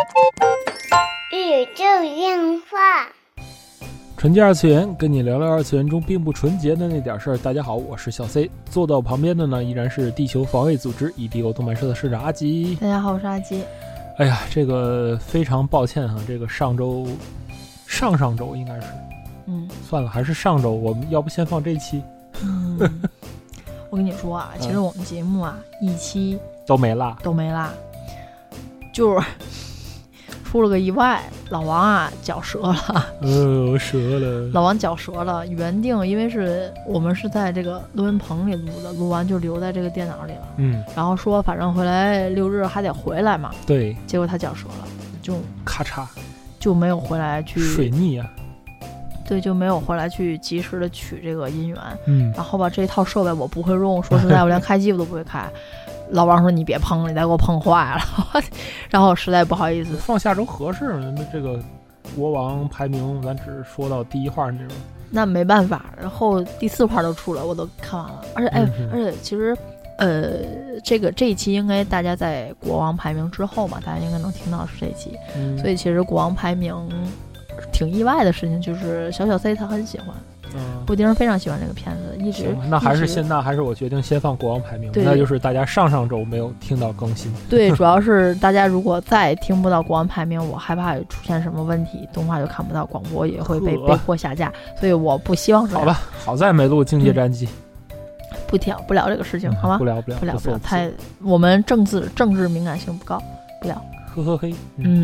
宇宙电话， 纯洁二次元，跟你聊聊二次元中并不纯洁的那点事儿。大家好，我是小 C， 坐到旁边的呢依然是地球防卫组织 EDO 动漫社的社长阿吉。 大家好，我是阿吉。 哎呀，这个非常抱歉哈，这个上周应该是，算了，还是上周，我们要不先放这一期？ 我跟你说啊，其实我们节目啊，一期都没落， 就是出了个意外，老王啊脚折了。 折了。 老王脚折了，原定因为我们是在这个录音棚里录的，录完就留在这个电脑里了。然后说反正回来6日还得回来嘛。 对。 结果他脚折了，就咔嚓， 就没有回来去水逆啊。 对，就没有回来去及时的取这个音源。然后吧，这一套设备我不会用，说实在我连开机我都不会开。老王说你别碰，你再给我碰坏了。然后实在不好意思， 放下周合适。那这个国王排名咱只说到第一话这种， 那没办法。然后第4话都出了，我都看完了。而且其实这一期应该大家在国王排名之后嘛，大家应该能听到是这一期。所以其实国王排名挺意外的事情，就是小 C 他很喜欢。布丁非常喜欢这个片子，一直那还是我决定先放国王排名。那就是大家上周没有听到更新。 对，主要是大家如果再听不到国王排名，我害怕出现什么问题，动画就看不到，广播也会被迫下架，所以我不希望这样。 好吧，好在没录《境界战记》。 不聊这个事情，好吗？ 不聊， 太我们政治敏感性不高，不聊。 呵嘿。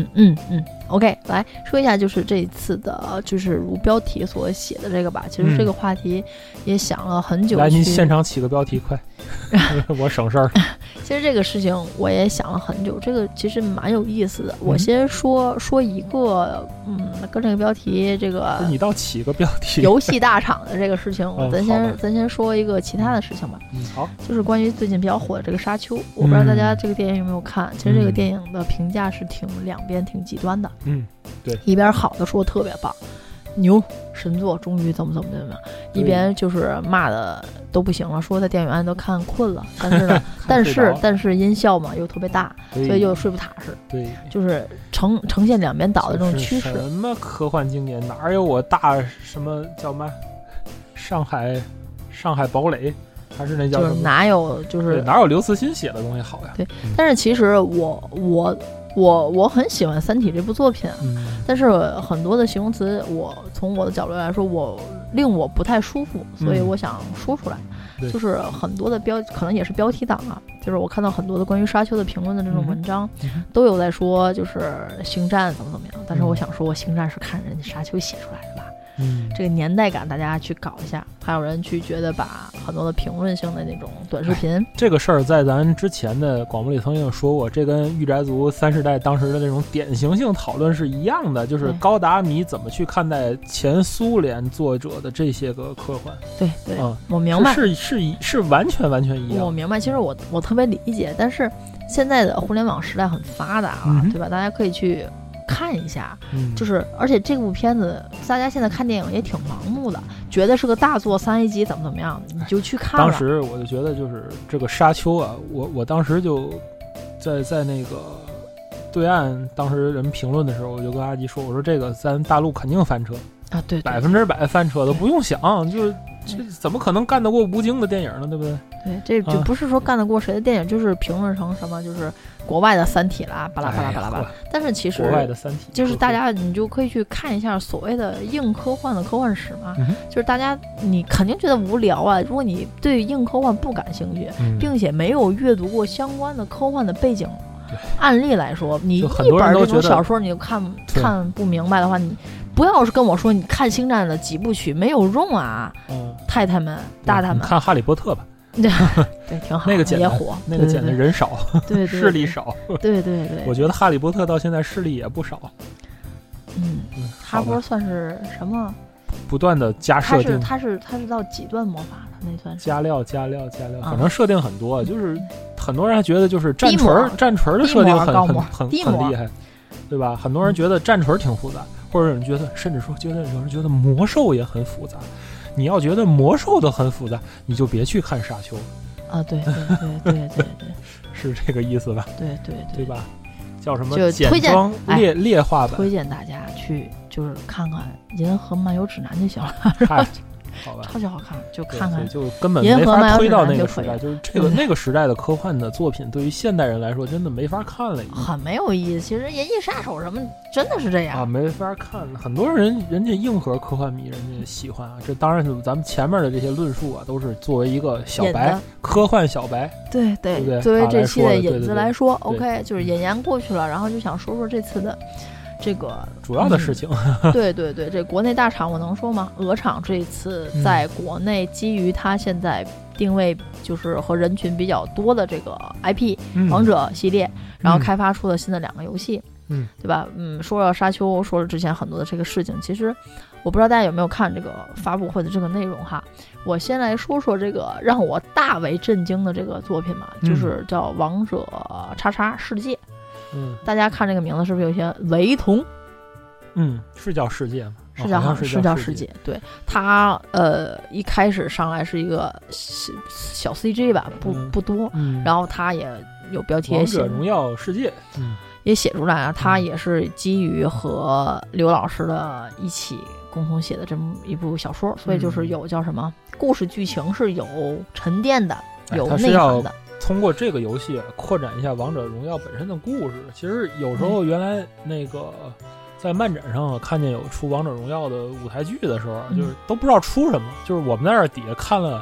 OK， 来说一下，就是这一次的，就是如标题所写的这个吧。其实这个话题也想了很久。 来，你现场起个标题，快，我省事儿。 其实这个事情我也想了很久，这个其实蛮有意思的。我先说一个，跟这个标题，这个你倒起个标题， 游戏大厂的这个事情，咱先说一个其他的事情吧。 好， 就是关于最近比较火的这个《沙丘》，我不知道大家这个电影有没有看。其实这个电影的评价是两边挺极端的。 对， 一边好的说特别棒，牛神作，终于怎么，一边就是骂的都不行了，说在电影院都看困了，但是呢，但是音效嘛又特别大，所以又睡不踏实。 对， 就是呈现两边倒的这种趋势。 什么科幻经典，哪有我大什么叫嘛？上海堡垒，还是那叫什么？ 哪有哪有刘慈欣写的东西好呀？ 对，但是其实我很喜欢《三体》这部作品，但是很多的形容词，从我的角度来说，令我不太舒服，所以我想说出来。就是很多的可能也是标题党啊，就是我看到很多的关于沙丘的评论的这种文章，都有在说就是星战怎么样，但是我想说，星战是看人家沙丘写出来的吧。这个年代感大家去搞一下，还有人去觉得把很多的评论性的那种短视频， 这个事儿在咱之前的广播里曾经有说过，这跟御宅族3世代当时的那种典型性讨论是一样的，就是高达迷怎么去看待前苏联作者的这些个科幻。 对，我明白， 是完全一样。 我明白，其实我特别理解，但是现在的互联网时代很发达了，对吧？大家可以去看一下，就是而且这部片子大家现在看电影也挺盲目的，觉得是个大作3A 级怎么样，你就去看了。 当时我就觉得就是这个沙丘啊，我当时就在那个对岸，当时人评论的时候，我就跟阿吉说，我说这个咱大陆肯定翻车啊，对 ，100%翻车都不用想，就是这怎么可能干得过吴京的电影呢？对不对？ 对，这就不是说干得过谁的电影，就是评论成什么就是国外的三体啦，巴拉巴拉。但是其实国外的三体就是大家你就可以去看一下所谓的硬科幻的科幻史嘛，就是大家你肯定觉得无聊啊，如果你对硬科幻不感兴趣，并且没有阅读过相关的科幻的背景案例来说，你一本这种小说你就看不明白的话，你不要是跟我说你看星战的几部曲没有用啊，太太们大他们看哈利波特吧。 对，挺好， 那个简单， 也火， 那个简单，人少， 对， 势力少， 对， 我觉得哈利波特到现在势力也不少。 哈波算是什么？ 不断的加设定， 他是到几段魔法的那算是加料，反正设定很多，就是很多人还觉得就是战锤的设定很厉害，对吧？很多人觉得战锤挺复杂，或者有人觉得，甚至说有人觉得魔兽也很复杂。你要觉得魔兽都很复杂，你就别去看沙丘啊！对， 是这个意思吧？ 对， 对吧？ 叫什么简装劣化版， 推荐大家去就是看看《银河漫游指南》就行了， 好吧， 超级好看，就看看， 就根本没法推到那个时代，就是那个时代的科幻的作品，对于现代人来说，真的没法看了， 很没有意思。其实《银翼杀手》什么真的是这样啊，没法看了。很多人家硬核科幻迷，人家喜欢啊。这当然是咱们前面的这些论述啊，都是作为一个小白，科幻小白， 对对对， 作为这期的引子来说 ，OK， 就是引言过去了，然后就想说说这次的。这个主要的事情， 对对对，这国内大厂我能说吗？鹅厂这次在国内基于它现在定位就是和人群比较多的这个 IP 王者系列，然后开发出了新的2个游戏，对吧？说了沙丘，说了之前很多的这个事情，其实我不知道大家有没有看这个发布会的这个内容哈。我先来说说这个让我大为震惊的这个作品嘛，就是叫《王者XX世界》。大家看这个名字是不是有些雷同？ 是叫世界吗？ 是叫世界。对，它一开始上来是一个小 CG 吧，不多，然后它也有标题， 王者荣耀世界， 也写出来了。它也是基于和刘老师的一起共同写的这么一部小说，所以就是有叫什么故事剧情是有沉淀的，有内涵的。 通过这个游戏扩展一下王者荣耀本身的故事。其实有时候原来那个在漫展上看见有出王者荣耀的舞台剧的时候，就是都不知道出什么，就是我们在这底下看了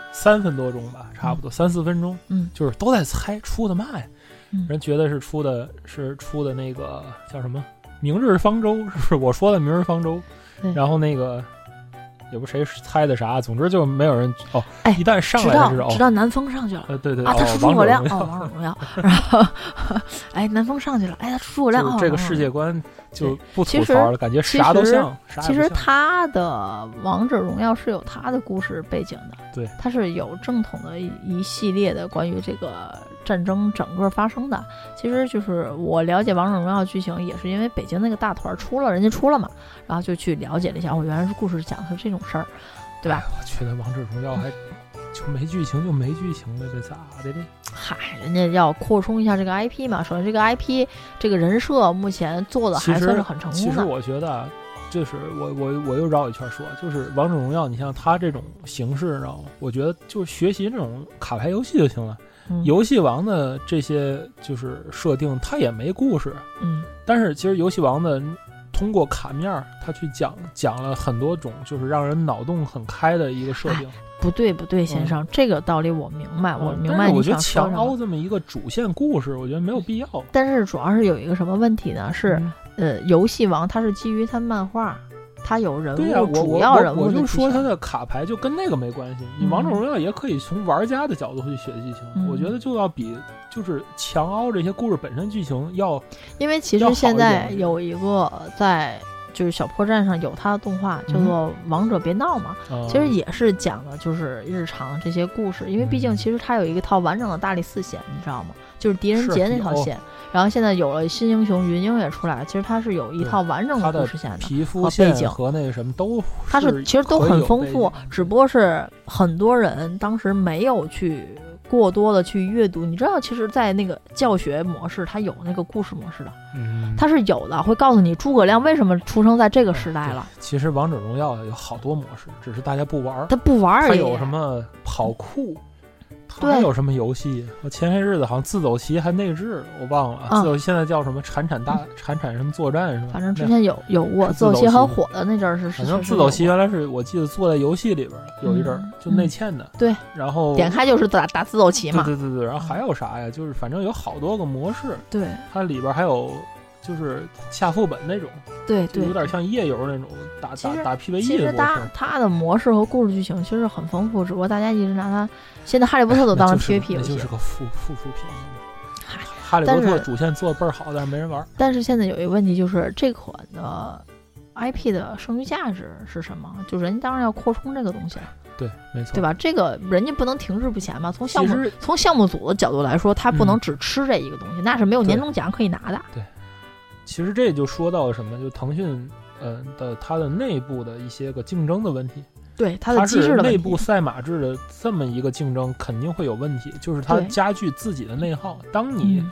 3分多钟吧，差不多3-4分钟，就是都在猜出的嘛呀，人觉得是出的那个叫什么明日方舟，是不是我说的明日方舟？然后那个也不谁猜的啥，总之就没有人一旦上来就知道南风上去了， 对对啊，他出诸葛亮王者荣耀，然后南风上去了，他出诸葛亮， 这个世界观就不吐槽了，感觉啥都像。 其实他的王者荣耀是有他的故事背景的， 对， 他是有正统的一系列的关于这个战争整个发生的。其实就是我了解王者荣耀剧情也是因为北京那个大团人家出了嘛，然后就去了解了一下，原来是故事讲的是这种事儿，对吧？ 我觉得王者荣耀还就没剧情就没剧情了，这咋的这？ 嗨，人家要扩充一下这个 IP 嘛。首先这个 IP 这个人设目前做的还算是很成功的。 其实我觉得就是我又绕一圈说，就是王者荣耀，你像它这种形式，知道吗？我觉得就是学习这种卡牌游戏就行了。游戏王的这些就是设定，它也没故事。但是其实游戏王的通过卡面，它去讲了很多种，就是让人脑洞很开的一个设定。 不对，先生，这个道理我明白，我明白你想说什么。 我觉得强凹这么一个主线故事，我觉得没有必要。 但是主要是有一个什么问题呢？是游戏王它是基于它漫画，它有人物，主要人物。 我就说它的卡牌就跟那个没关系。你王者荣耀也可以从玩家的角度去写剧情，我觉得就要比就是强凹这些故事本身剧情要。 因为其实现在有一个在。就是小破站上有它的动画叫做《王者别闹》嘛，其实也是讲的就是日常这些故事，因为毕竟其实它有一套完整的大力4线，你知道吗？就是狄仁杰那条线，然后现在有了新英雄云鹰也出来了，其实它是有一套完整的故事线的， 皮肤线和那个什么都， 它是其实都很丰富，只不过是很多人当时没有去过多的去阅读。你知道其实在那个教学模式它有那个故事模式的，它是有的，会告诉你诸葛亮为什么出生在这个时代了。 其实王者荣耀有好多模式，只是大家不玩， 他不玩而已。 它有什么跑酷，它有什么游戏，我前些日子好像自走棋还内置，我忘了，自走棋现在叫什么铲什么作战是吧？ 反正之前有过自走棋很火的那阵是。 反正自走棋原来是我记得做在游戏里边有一阵就内嵌的。 对， 然后点开就是打自走棋嘛。 对，然后还有啥呀？就是反正有好多个模式。 对， 它里边还有就是下副本那种。 对， 有点像夜游那种打 PVE 的模式。 其实它的模式和故事剧情其实很丰富，只不过大家一直拿它，现在哈利波特都当成 PVP 游戏， 那就是个附属品。哈利波特主线做的倍儿好，但是没人玩。 但是现在有一个问题，就是这款的 IP 的剩余价值是什么？就人家当然要扩充这个东西了。 对，没错， 对吧？这个人家不能停滞不前嘛。从项目组的角度来说，他不能只吃这一个东西，那是没有年终奖可以拿的。 对。其实这就说到什么，就腾讯它的内部的一些个竞争的问题。 对，它的机制的问题， 内部赛马制的这么一个竞争肯定会有问题，就是它加剧自己的内耗。当你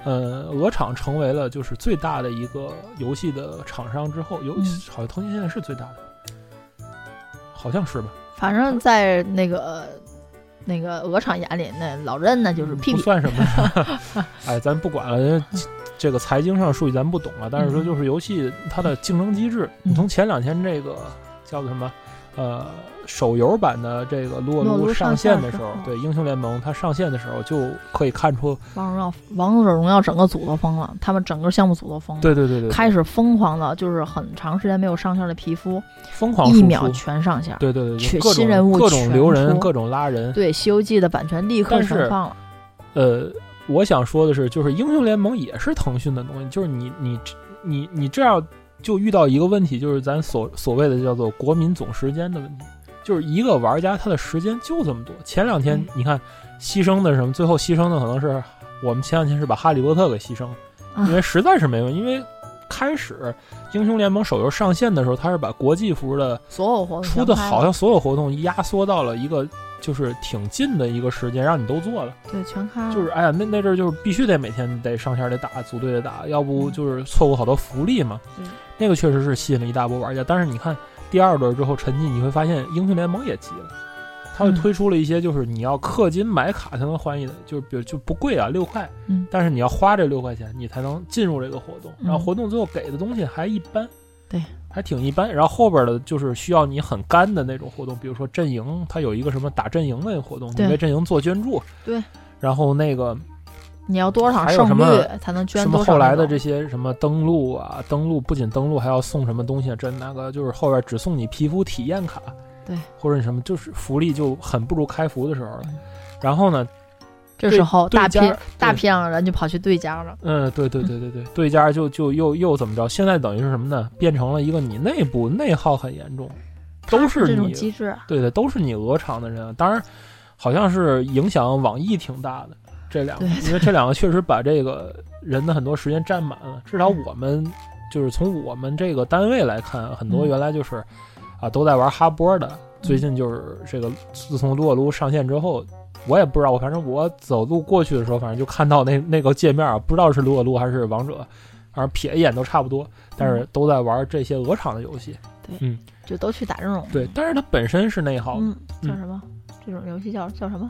鹅厂成为了就是最大的一个游戏的厂商之后，好像腾讯现在是最大的，好像是吧？ 反正在那个鹅厂眼里，那老任那就是屁屁， 不算什么。哎，咱不管了，这个财经上数据咱不懂了，但是说就是游戏它的竞争机制，你从前2天这个叫做什么手游版的这个撸啊撸上线的时候，对英雄联盟它上线的时候就可以看出王者荣耀整个组都疯了，他们整个项目组都疯了， 对， 开始疯狂的，就是很长时间没有上线的皮肤， 疯狂 1秒全上线， 对， 新人物各种留人，各种拉人， 对，西游记的版权立刻释放了。 我想说的是，就是英雄联盟也是腾讯的东西，就是你这样就遇到一个问题，就是咱所谓的叫做国民总时间的问题。就是一个玩家他的时间就这么多，前2天你看牺牲的什么，最后牺牲的可能是我们前2天是把哈利波特给牺牲，因为实在是没用，因为开始英雄联盟手游上线的时候，他是把国际服的所有活动出的好像所有活动压缩到了一个就是挺近的一个时间，让你都做了， 对，全开了。 就是哎呀，那阵儿就是必须得每天得上线得打，组队得打，要不就是错过好多福利嘛。那个确实是吸引了一大波玩家，但是你看第2轮之后沉寂，你会发现英雄联盟也急了，他会推出了一些就是你要氪金买卡才能换一的，就比如就不贵啊，6块，但是你要花这6块钱你才能进入这个活动，然后活动最后给的东西还一般， 对， 还挺一般。然后后边的就是需要你很干的那种活动，比如说阵营，它有一个什么打阵营的活动，你为阵营做捐助， 对， 然后那个你要多少胜率才能捐多少？ 什么后来的这些什么登录啊，不仅登录还要送什么东西啊？这那个就是后边只送你皮肤体验卡， 对， 或者什么，就是福利就很不如开服的时候了。然后呢， 这时候大批量的人就跑去对家了。 对，对家就又怎么着？现在等于是什么呢？变成了一个你内部内耗很严重，都是这种机制， 对，都是你鹅厂的人。当然，好像是影响网易挺大的。这2个，因为这2个确实把这个人的很多时间占满了。至少我们就是从我们这个单位来看，很多原来就是都在玩哈波的，最近就是这个自从撸啊撸上线之后，我也不知道，反正我走路过去的时候，反正就看到那个界面不知道是撸啊撸还是王者，反正瞥一眼都差不多，但是都在玩这些鹅厂的游戏。 对，就都去打这种。 对，但是它本身是内耗。 叫什么？这种游戏叫什么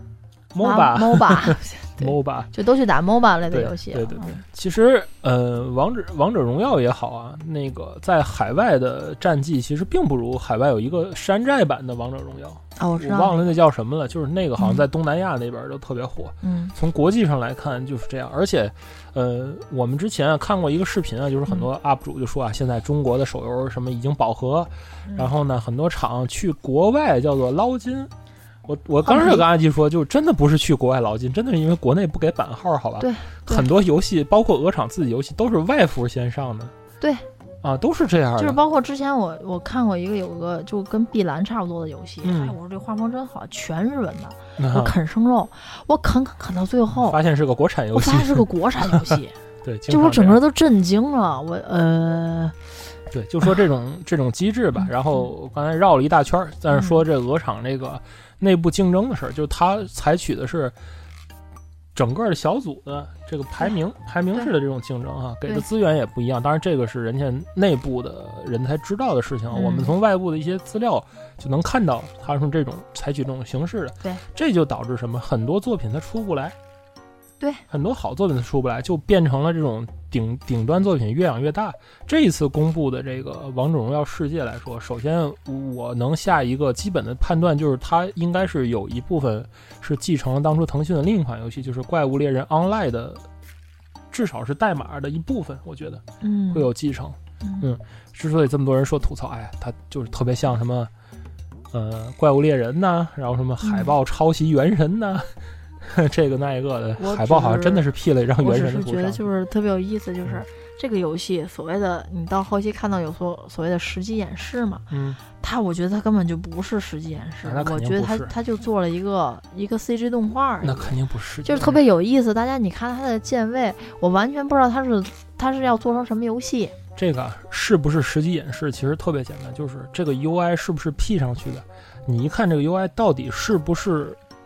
？MOBA 就都去打 MOBA 类的游戏。 对。其实王者荣耀也好啊，那个在海外的战绩其实并不如海外有一个山寨版的王者荣耀。 我知道， 我忘了那叫什么了，就是那个好像在东南亚那边都特别火。从国际上来看就是这样。而且我们之前看过一个视频啊，就是很多 UP 主就说现在中国的手游什么已经饱和，然后呢很多厂去国外叫做捞金。我当时跟阿基说，就真的不是去国外捞金，真的是因为国内不给版号，好吧？ 对， 很多游戏，包括鹅厂自己游戏，都是外服先上的。 对， 都是这样的。 就是包括之前我看过有个就跟碧蓝差不多的游戏，我说这画风真好，全日文的，我啃生肉，我啃到最后， 发现是个国产游戏，对， 就我整个都震惊了， 对，就说这种机制吧。然后刚才绕了一大圈，但是说这鹅厂这个内部竞争的事儿，就是他采取的是整个的小组的这个排名式的这种竞争啊，给的资源也不一样。当然，这个是人家内部的人才知道的事情，我们从外部的一些资料就能看到，他是这种采取这种形式的。 对， 这就导致什么？很多作品它出不来。 对， 很多好作品它出不来，就变成了这种顶端作品越养越大。这一次公布的这个《王者荣耀世界》来说，首先我能下一个基本的判断，就是它应该是有一部分是继承了当初腾讯的另一款游戏，就是《怪物猎人 Online》的，至少是代码的一部分，我觉得会有继承。之所以这么多人说吐槽，它就是特别像什么怪物猎人呐，然后什么海豹抄袭原神呐。这个那一个的海报好像真的是 P 了一张原神的图上。 我只是觉得就是特别有意思，就是这个游戏所谓的你到后期看到有所谓的实际演示嘛，我觉得它根本就不是实际演示，我觉得它就做了一个 CG 动画， 那肯定不是， 就是特别有意思。大家你看它的键位，我完全不知道它是要做成什么游戏。 这个是不是实际演示其实特别简单，就是这个 UI 是不是 P 上去的，你一看这个 UI 到底是不是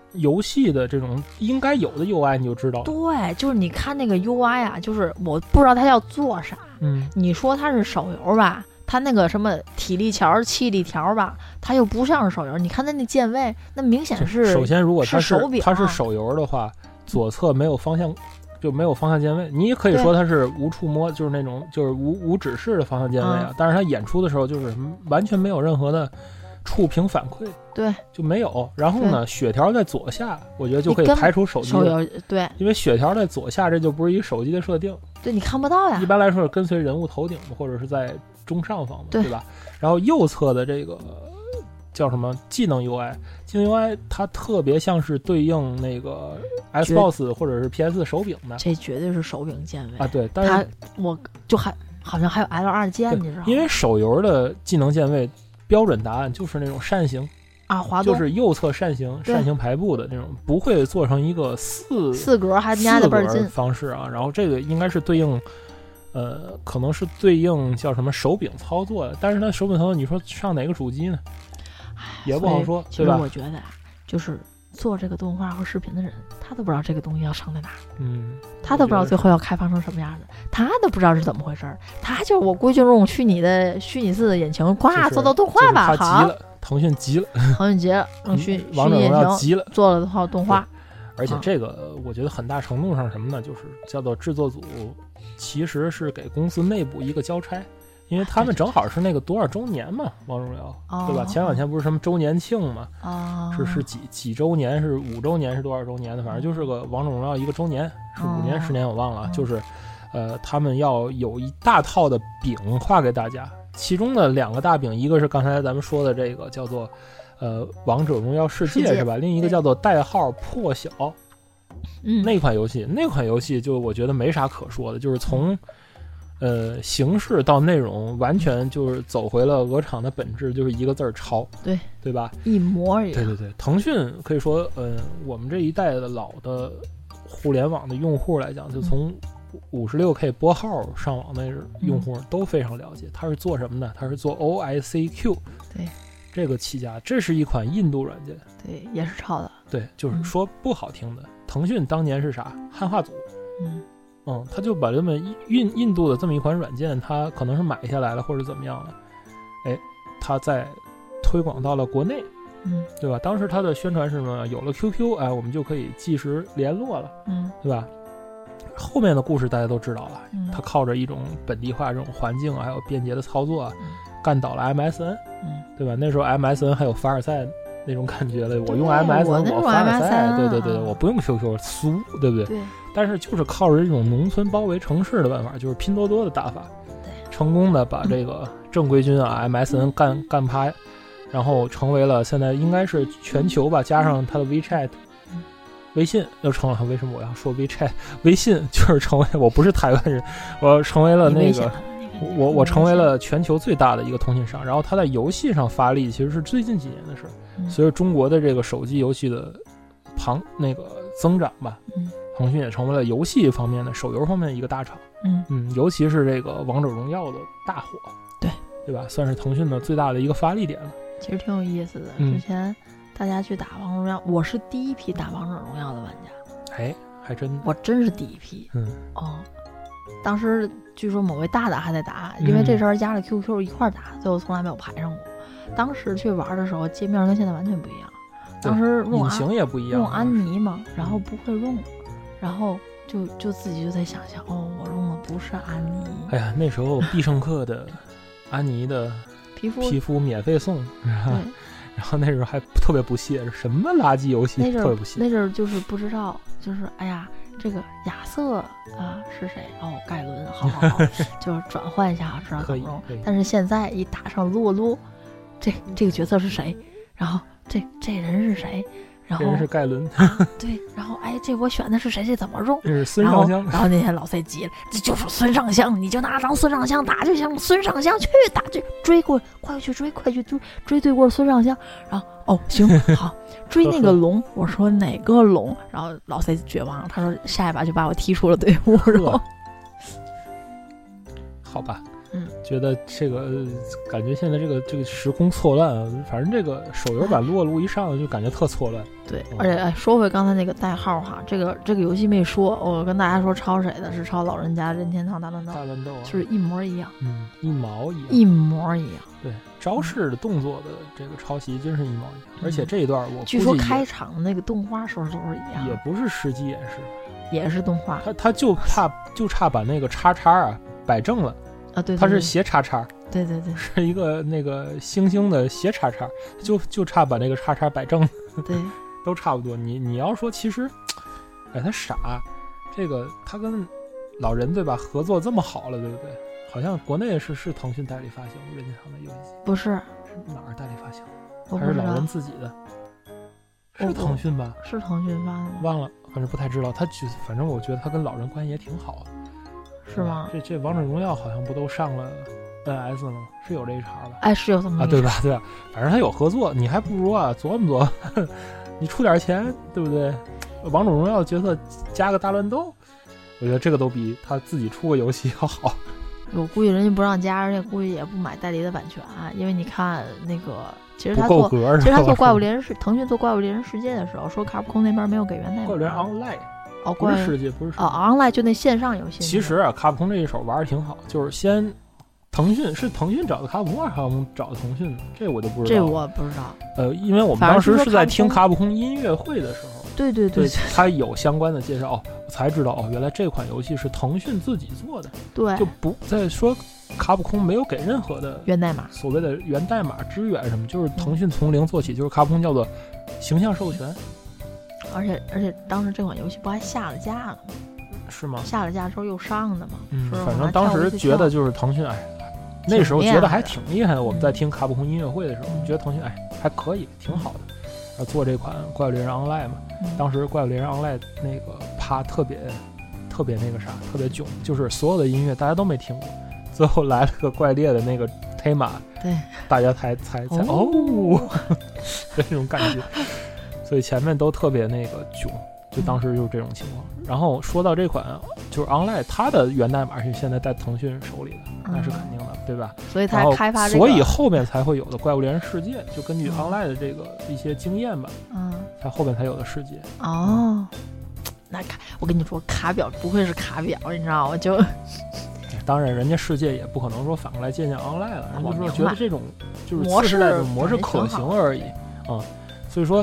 游戏的这种应该有的 UI 你就知道。 对，就是你看那个 UI 啊，就是我不知道它要做啥。你说它是手游吧，它那个什么体力条、气力条吧，它又不像是手游。你看它那键位，那明显是首先如果它手柄， 它是手游的话，左侧没有方向。就没有方向键位，你也可以说它是无触摸，就是那种就是无指示的方向键位啊。但是它演出的时候就是完全没有任何的触屏反馈， 对， 就没有。然后呢，血条在左下，我觉得就可以排除手机了， 对， 因为血条在左下，这就不是一手机的设定， 对，你看不到呀。 一般来说是跟随人物头顶或者是在中上方嘛，对吧？然后右侧的这个叫什么技能 UI， 技能 UI 它特别像是对应那个 Xbox 或者是 PS 手柄的， 这绝对是手柄键位啊。对，但是我就好像还有 L2 键，你知道吗？ 因为手游的技能键位标准答案就是那种扇形啊，滑动就是右侧扇形排布的那种，不会做成一个四格还压的倍儿近方式啊。然后这个应该是对应。可能是对应叫什么手柄操作的，但是它手柄操作，你说上哪个主机呢？也不好说，对吧？ 其实我觉得就是做这个动画和视频的人，他都不知道这个东西要上在哪，他都不知道最后要开发成什么样的，他都不知道是怎么回事，他就我估计用虚拟式的引擎，咵做到动画吧，好， 腾讯急了， 用虚拟王者荣耀急了， 做了套动画。 而且这个我觉得很大程度上什么呢？就是叫做制作组其实是给公司内部一个交差，因为他们正好是那个多少周年嘛，王者荣耀，对吧？前两天不是什么周年庆嘛，是几周年，是5周年，是多少周年的？反正就是个王者荣耀一个周年，是5年10年我忘了，就是他们要有一大套的饼画给大家，其中的2个大饼，一个是刚才咱们说的这个叫做王者荣耀世界是吧？另一个叫做代号破晓。那款游戏就我觉得没啥可说的，就是从形式到内容完全就是走回了鹅厂的本质，就是一个字儿抄，对吧？ 一模一样。 对，腾讯可以说我们这一代的老的互联网的用户来讲，就从56K 拨号上网的用户都非常了解，它是做什么的？它是做 OICQ， 对， 这个起家，这是一款印度软件， 对，也是抄的， 对，就是说不好听的。腾讯当年是啥？汉化组，他就把这么印度的这么一款软件，他可能是买下来了或者怎么样了，他在推广到了国内，对吧？当时他的宣传是什么？有了 QQ， 我们就可以即时联络了，对吧？后面的故事大家都知道了，他靠着一种本地化这种环境还有便捷的操作啊，干倒了 MSN，对吧？那时候 MSN 还有凡尔赛那种感觉了，我用 MSN， 我凡尔赛，对，我不用 QQ， 俗，对不对？对。但是就是靠着这种农村包围城市的办法，就是拼多多的打法，成功的把这个正规军啊 MSN 干趴，然后成为了现在应该是全球吧，加上他的 WeChat。微信又成了，为什么我要说 WeChat？ 微信就是成为，我不是台湾人，我成为了那个，我成为了全球最大的一个通信商。然后它在游戏上发力，其实是最近几年的事。随着中国的这个手机游戏的增长吧，腾讯也成为了游戏方面的手游方面的一个大厂。尤其是这个王者荣耀的大火，对吧？算是腾讯的最大的一个发力点了。 其实挺有意思的，之前。大家去打王者荣耀，我是第一批打王者荣耀的玩家。 还真的， 我真是第一批。当时据说某位大大还在打，因为这时候加了 QQ 一块打，最后从来没有排上过。当时去玩的时候，界面跟现在完全不一样。当时引擎也不一样， 用安妮嘛，然后不会用，然后就自己就在想象，我用的不是安妮。 哎呀，那时候必胜客的安妮的皮肤免费送。然后那时候还特别不屑，是什么垃圾游戏？特别不屑。 那阵儿就是不知道，就是哎呀，这个亚瑟是谁？盖伦，好，就是转换一下，知道怎么用。但是现在一打上撸撸，这个角色是谁？然后这人是谁？然后这人是盖伦， 对，然后这我选的是谁？这怎么用？ 这是孙尚香。 然后那天老赛急了，这就是孙尚香，你就拿张孙尚香打就行。孙尚香去打，追过，快去追对过孙尚香。然后行好，追那个龙。我说哪个龙？然后老赛绝望了，他说下一把就把我踢出了队伍。然后好吧， 觉得这个感觉现在这个时空错乱啊，反正这个手游版撸啊撸一上就感觉特错乱。 对，而且说回刚才那个代号哈，这个游戏没说，我跟大家说抄谁的，是抄老人家任天堂大乱斗，就是一模一样， 一毛一样， 一模一样。 对，招式的动作的这个抄袭真是一毛一样，而且这一段我据说开场的那个动画说是一样， 也不是实际演示， 也是动画， 他就差把那个叉叉啊摆正了。 啊，对， 它是斜叉叉， 对， 是一个那个星星的斜叉叉，就差把那个叉叉摆正， 对， 都差不多。你要说其实，哎，他傻，这个他跟老人对吧合作这么好了，对不对？好像国内是腾讯代理发行任天堂的游戏， 不是哪儿代理发行？还是老人自己的？是腾讯吧？ 是腾讯发的吗？ 忘了，反正不太知道。反正我觉得他跟老人关系也挺好的。 是吗？ 这王者荣耀好像不都上了 NS 了吗？是有这一茬吧？ 哎，是有这么啊，对吧？对吧？反正他有合作，你还不如琢磨你出点钱，对不对？王者荣耀的角色加个大乱斗，我觉得这个都比他自己出个游戏要好。 我估计人家不让加，而且估计也不买代理的版权，因为你看那个，其实他做怪物猎人腾讯做怪物猎人世界的时候，说卡普空那边没有给源代码。 怪物猎人 Online。不是世界，不是 Online 就那线上游戏。 其实啊，卡普空这一手玩的挺好，就是先腾讯找的卡普空，还是卡普空找的腾讯的？这我就不知道。 这我不知道。 因为我们当时是在听卡普空音乐会的时候， 对， 他有相关的介绍，我才知道原来这款游戏是腾讯自己做的。 对， 就不再说卡普空没有给任何的源代码， 所谓的源代码支援什么，就是腾讯从零做起，就是卡普空叫做形象授权。 而且当时这款游戏不还下了架了吗？ 是吗？ 下了架之后又上的嘛。 反正当时觉得就是腾讯，那时候觉得还挺厉害的。我们在听卡普空音乐会的时候，觉得腾讯还可以，挺好的。做这款怪物猎人 Online 嘛，当时怪物猎人 Online 那个特别那个啥，特别囧，就是所有的音乐大家都没听过，最后来了个怪猎的那个 tema， 对，大家才这种感觉。所以前面都特别那个囧，就当时就是这种情况。然后说到这款就是 Online， 它的源代码是现在在腾讯手里的，那是肯定的，对吧？ 所以它开发所以后面才会有的怪物猎人世界，就根据 Online 的这个一些经验吧，它后面才有的世界。 哦，那我跟你说，卡表不会是卡表，你知道吗？就当然，人家世界也不可能说反过来借鉴 Online 了，人家说觉得这种就是次世代的模式可行而已所以说。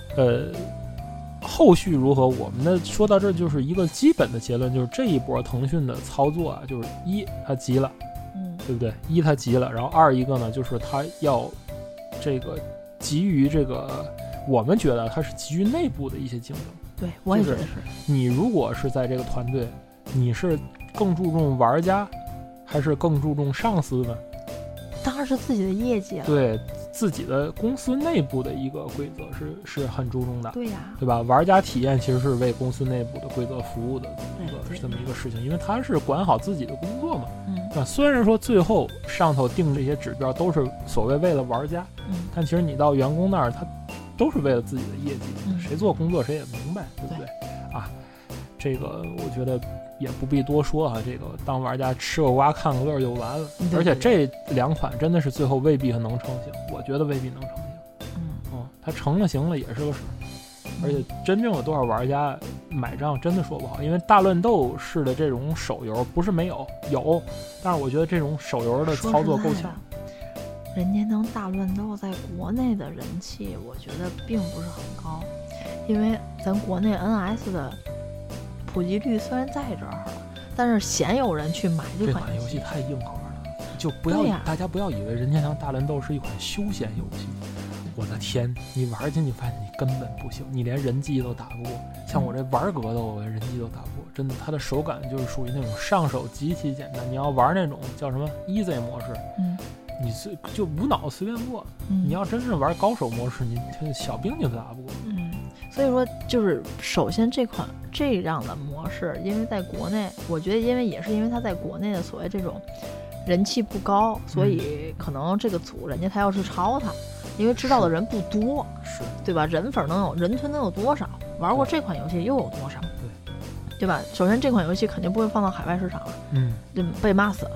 后续如何？我们的说到这就是一个基本的结论，就是这一波腾讯的操作啊，就是它急了，对不对？它急了，然后二一个呢，就是它要这个急于这个，我们觉得它是基于内部的一些竞争。 对，我也觉得是。 你如果是在这个团队，你是更注重玩家，还是更注重上司呢？ 当然是自己的业绩了。 对。自己的公司内部的一个规则是很注重的， 对呀， 对吧？玩家体验其实是为公司内部的规则服务的这么一个事情，因为他是管好自己的工作嘛。虽然说最后上头定这些指标都是所谓为了玩家，但其实你到员工那儿，他都是为了自己的业绩，谁做工作谁也明白，对不对？这个我觉得也不必多说这个当玩家吃个瓜看个乐就完了。而且这两款真的是最后未必能成型，我觉得未必能成型。它成了型了也是个事，而且真正有多少玩家买账真的说不好，因为大乱斗式的这种手游不是没有，但是我觉得这种手游的操作够呛。 任天堂大乱斗在国内的人气，我觉得并不是很高，因为咱国内 NS 的普及率虽然在这儿了，但是鲜有人去买这款游戏太硬核了，就不要大家不要以为任天堂大乱斗是一款休闲游戏。我的天，你玩进去发现你根本不行，你连人机都打不过。像我这玩格斗，我人机都打不过，真的，它的手感就是属于那种上手极其简单。你要玩那种叫什么 Easy 模式，你就无脑随便过。你要真正玩高手模式，你小兵就打不过。 所以说，就是首先这样的模式，因为在国内，我觉得也是因为它在国内的所谓这种人气不高，所以可能这个组人家他要去抄它，因为知道的人不多， 是对吧？人屯能有多少？玩过这款游戏又有多少？对吧？首先这款游戏肯定不会放到海外市场了，就被骂死了。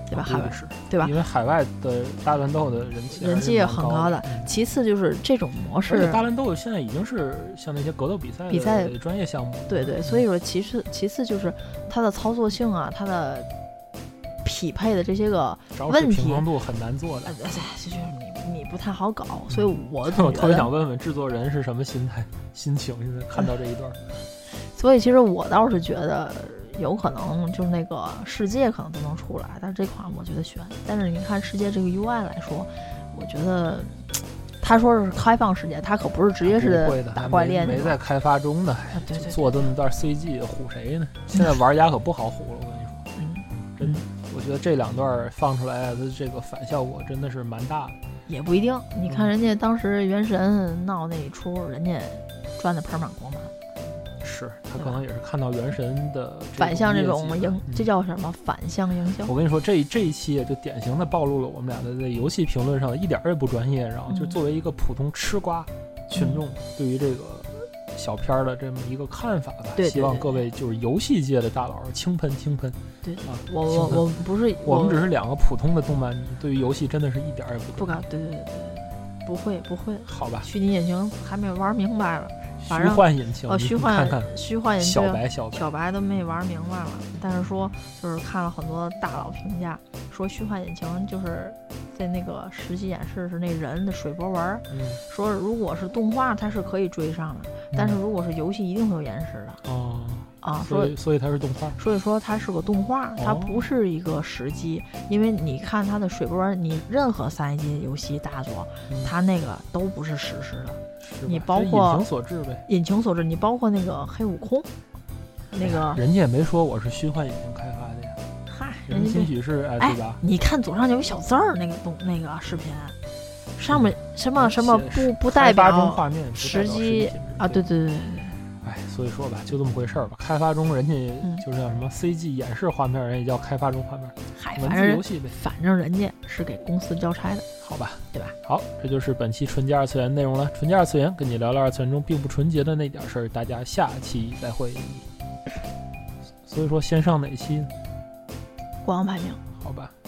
对吧？海外是， 对吧？ 因为海外的大乱斗的人气也很高的。其次就是这种模式， 而且大乱斗现在已经是像那些格斗比赛的专业项目。 对，所以说其次就是它的操作性啊，它的匹配的这些个问题， 平衡度很难做的。 就是你不太好搞，所以我特别想问问制作人是什么心情，看到这一段。 所以其实我倒是觉得有可能就是那个世界可能都能出来，但是这款我觉得悬。但是你看世界这个 UI 来说，我觉得他说是开放世界，他可不是直接是打怪练没在开发中的， 对， 做这么段 CG 唬谁呢？现在玩家可不好唬了，我跟你说，真的，我觉得这2段放出来的这个反效果真的是蛮大的。 也不一定，你看人家当时原神闹那一出，人家赚的盆满钵满。 是他可能也是看到原神的反向这种这叫什么反向营销？ 我跟你说，这一期就典型的暴露了我们俩的在游戏评论上一点也不专业，然后就作为一个普通吃瓜群众对于这个小片的这么一个看法吧。 对， 希望各位就是游戏界的大佬轻喷。 对啊， 我不是， 我们只是2个普通的动漫迷，对于游戏真的是一点也不敢。对，不会。 好吧， 虚拟引擎还没玩明白了。 虚幻引擎， 虚幻引擎， 小白都没玩明白了。但是说就是看了很多大佬评价，说虚幻引擎就是在那个实际演示是那人的水波纹，说如果是动画它是可以追上的，但是如果是游戏一定会有延时的。 所以它是动画， 所以说它是个动画，它不是一个实机。因为你看它的水波纹，你任何3A级游戏大作，它那个都不是实时的。你包括引擎所致呗， 引擎所致。你包括那个黑悟空，那个人家也没说我是虚幻引擎开发的呀。 嗨， 人家兴许是对吧？ 你看左上角有小字儿，那个视频上面什么不代表中画面实机啊？对。 哎，所以说吧，就这么回事儿吧。开发中人家就是叫什么 CG 演示画面，人也叫开发中画面。文字游戏呗， 反正人家是给公司交差的， 好吧， 对吧？ 好，这就是本期纯洁二次元内容了。纯洁二次元跟你聊聊二次元中并不纯洁的那点事儿，大家下期再会。所以说先上哪期呢？ 国王排名， 好吧。